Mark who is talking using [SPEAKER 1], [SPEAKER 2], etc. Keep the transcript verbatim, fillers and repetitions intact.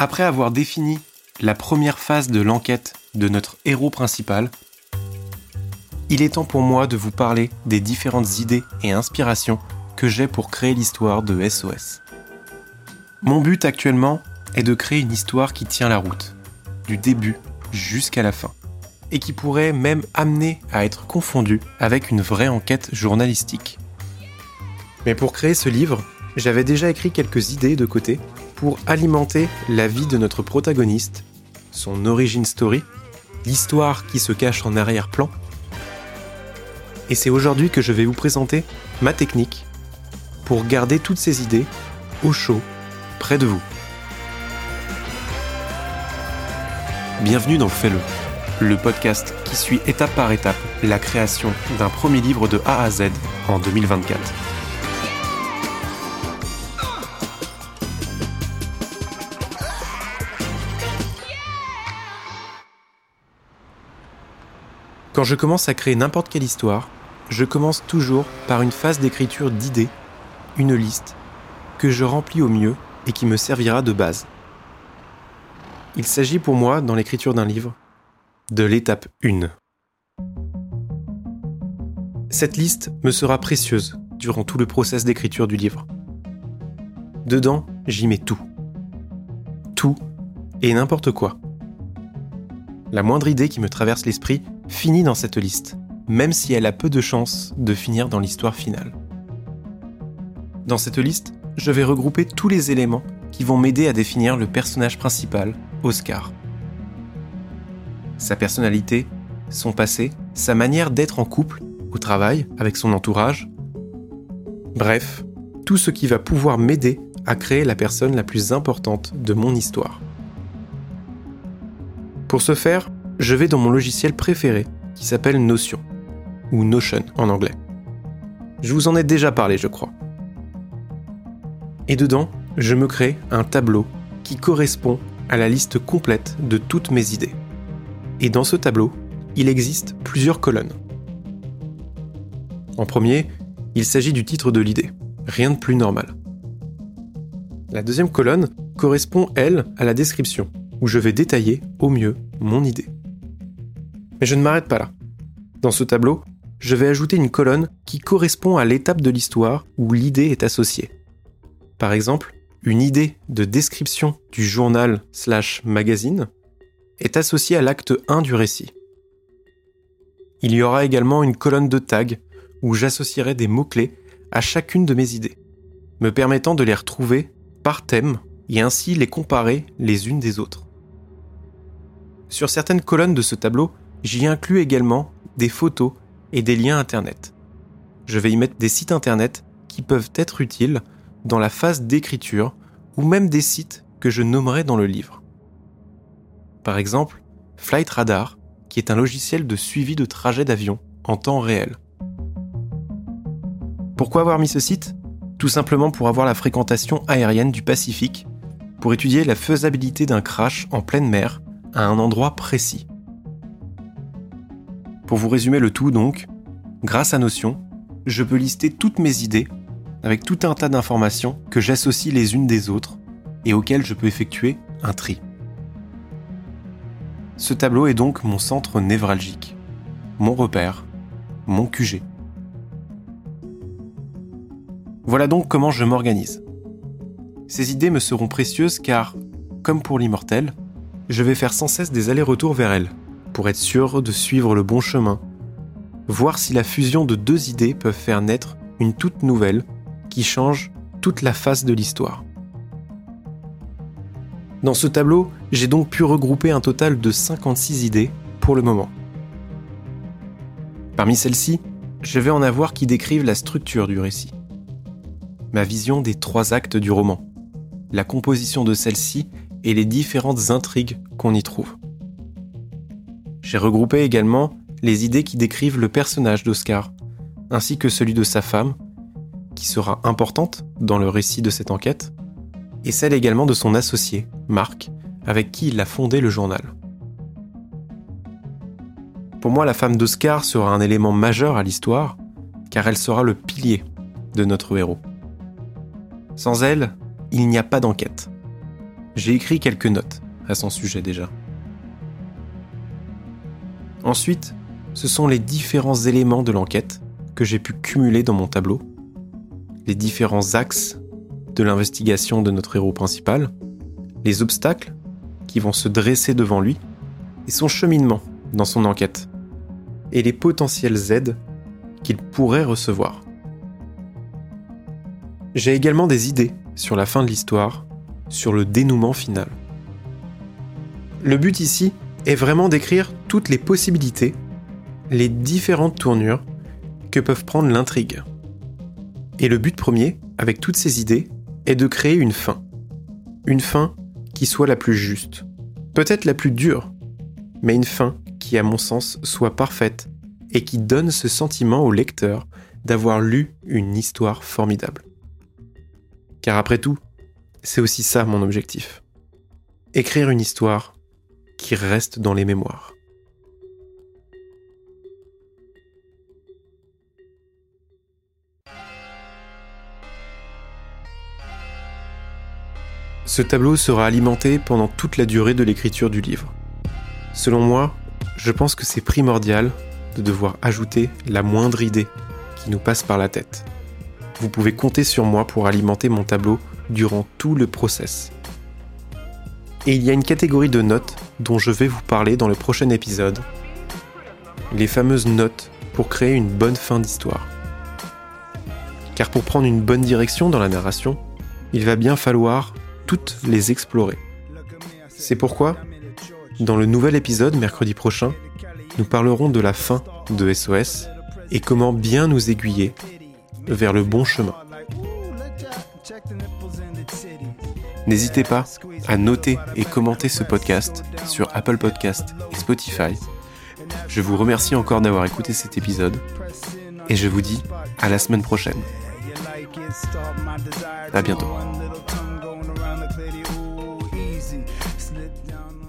[SPEAKER 1] Après avoir défini la première phase de l'enquête de notre héros principal, il est temps pour moi de vous parler des différentes idées et inspirations que j'ai pour créer l'histoire de S O S. Mon but actuellement est de créer une histoire qui tient la route, du début jusqu'à la fin, et qui pourrait même amener à être confondue avec une vraie enquête journalistique. Mais pour créer ce livre, j'avais déjà écrit quelques idées de côté pour alimenter la vie de notre protagoniste, son origin story, l'histoire qui se cache en arrière-plan. Et c'est aujourd'hui que je vais vous présenter ma technique pour garder toutes ces idées au chaud, près de vous. Bienvenue dans Fais-le, le podcast qui suit étape par étape la création d'un premier livre de A à Z en deux mille vingt-quatre. Quand je commence à créer n'importe quelle histoire, je commence toujours par une phase d'écriture d'idées, une liste, que je remplis au mieux et qui me servira de base. Il s'agit pour moi, dans l'écriture d'un livre, de l'étape un. Cette liste me sera précieuse durant tout le process d'écriture du livre. Dedans, j'y mets tout. Tout et n'importe quoi. La moindre idée qui me traverse l'esprit finit dans cette liste, même si elle a peu de chances de finir dans l'histoire finale. Dans cette liste, je vais regrouper tous les éléments qui vont m'aider à définir le personnage principal, Oscar. Sa personnalité, son passé, sa manière d'être en couple, au travail, avec son entourage. Bref, tout ce qui va pouvoir m'aider à créer la personne la plus importante de mon histoire. Pour ce faire, je vais dans mon logiciel préféré qui s'appelle Notion, ou Notion en anglais. Je vous en ai déjà parlé, je crois. Et dedans, je me crée un tableau qui correspond à la liste complète de toutes mes idées. Et dans ce tableau, il existe plusieurs colonnes. En premier, il s'agit du titre de l'idée, rien de plus normal. La deuxième colonne correspond, elle, à la description, où je vais détailler au mieux mon idée. Mais je ne m'arrête pas là. Dans ce tableau, je vais ajouter une colonne qui correspond à l'étape de l'histoire où l'idée est associée. Par exemple, une idée de description du journal slash magazine est associée à l'acte un du récit. Il y aura également une colonne de tags où j'associerai des mots-clés à chacune de mes idées, me permettant de les retrouver par thème et ainsi les comparer les unes des autres. Sur certaines colonnes de ce tableau, j'y inclus également des photos et des liens internet. Je vais y mettre des sites internet qui peuvent être utiles dans la phase d'écriture ou même des sites que je nommerai dans le livre. Par exemple, Flight Radar, qui est un logiciel de suivi de trajets d'avion en temps réel. Pourquoi avoir mis ce site ? Tout simplement pour avoir la fréquentation aérienne du Pacifique, pour étudier la faisabilité d'un crash en pleine mer à un endroit précis. Pour vous résumer le tout donc, grâce à Notion, je peux lister toutes mes idées avec tout un tas d'informations que j'associe les unes des autres et auxquelles je peux effectuer un tri. Ce tableau est donc mon centre névralgique, mon repère, mon Q G. Voilà donc comment je m'organise. Ces idées me seront précieuses car, comme pour l'immortel, je vais faire sans cesse des allers-retours vers elles, pour être sûr de suivre le bon chemin, voir si la fusion de deux idées peuvent faire naître une toute nouvelle qui change toute la face de l'histoire. Dans ce tableau, j'ai donc pu regrouper un total de cinquante-six idées pour le moment. Parmi celles-ci, je vais en avoir qui décrivent la structure du récit, ma vision des trois actes du roman, la composition de celle-ci et les différentes intrigues qu'on y trouve. J'ai regroupé également les idées qui décrivent le personnage d'Oscar, ainsi que celui de sa femme, qui sera importante dans le récit de cette enquête, et celle également de son associé, Marc, avec qui il a fondé le journal. Pour moi, la femme d'Oscar sera un élément majeur à l'histoire, car elle sera le pilier de notre héros. Sans elle, il n'y a pas d'enquête. j'ai écrit quelques notes à son sujet déjà. Ensuite, ce sont les différents éléments de l'enquête que j'ai pu cumuler dans mon tableau, les différents axes de l'investigation de notre héros principal, les obstacles qui vont se dresser devant lui, et son cheminement dans son enquête, et les potentielles aides qu'il pourrait recevoir. J'ai également des idées sur la fin de l'histoire, sur le dénouement final. Le but ici est vraiment d'écrire toutes les possibilités, les différentes tournures que peuvent prendre l'intrigue. Et le but premier, avec toutes ces idées, est de créer une fin. Une fin qui soit la plus juste. Peut-être la plus dure, mais une fin qui, à mon sens, soit parfaite et qui donne ce sentiment au lecteur d'avoir lu une histoire formidable. Car après tout, c'est aussi ça mon objectif. Écrire une histoire qui reste dans les mémoires. Ce tableau sera alimenté pendant toute la durée de l'écriture du livre. Selon moi, je pense que c'est primordial de devoir ajouter la moindre idée qui nous passe par la tête. Vous pouvez compter sur moi pour alimenter mon tableau durant tout le process. Et il y a une catégorie de notes dont je vais vous parler dans le prochain épisode. Les fameuses notes pour créer une bonne fin d'histoire. Car pour prendre une bonne direction dans la narration, il va bien falloir toutes les explorer. C'est pourquoi, dans le nouvel épisode mercredi prochain, nous parlerons de la fin de S O S et comment bien nous aiguiller vers le bon chemin. N'hésitez pas à noter et commenter ce podcast sur Apple Podcasts et Spotify. Je vous remercie encore d'avoir écouté cet épisode et je vous dis à la semaine prochaine. À bientôt.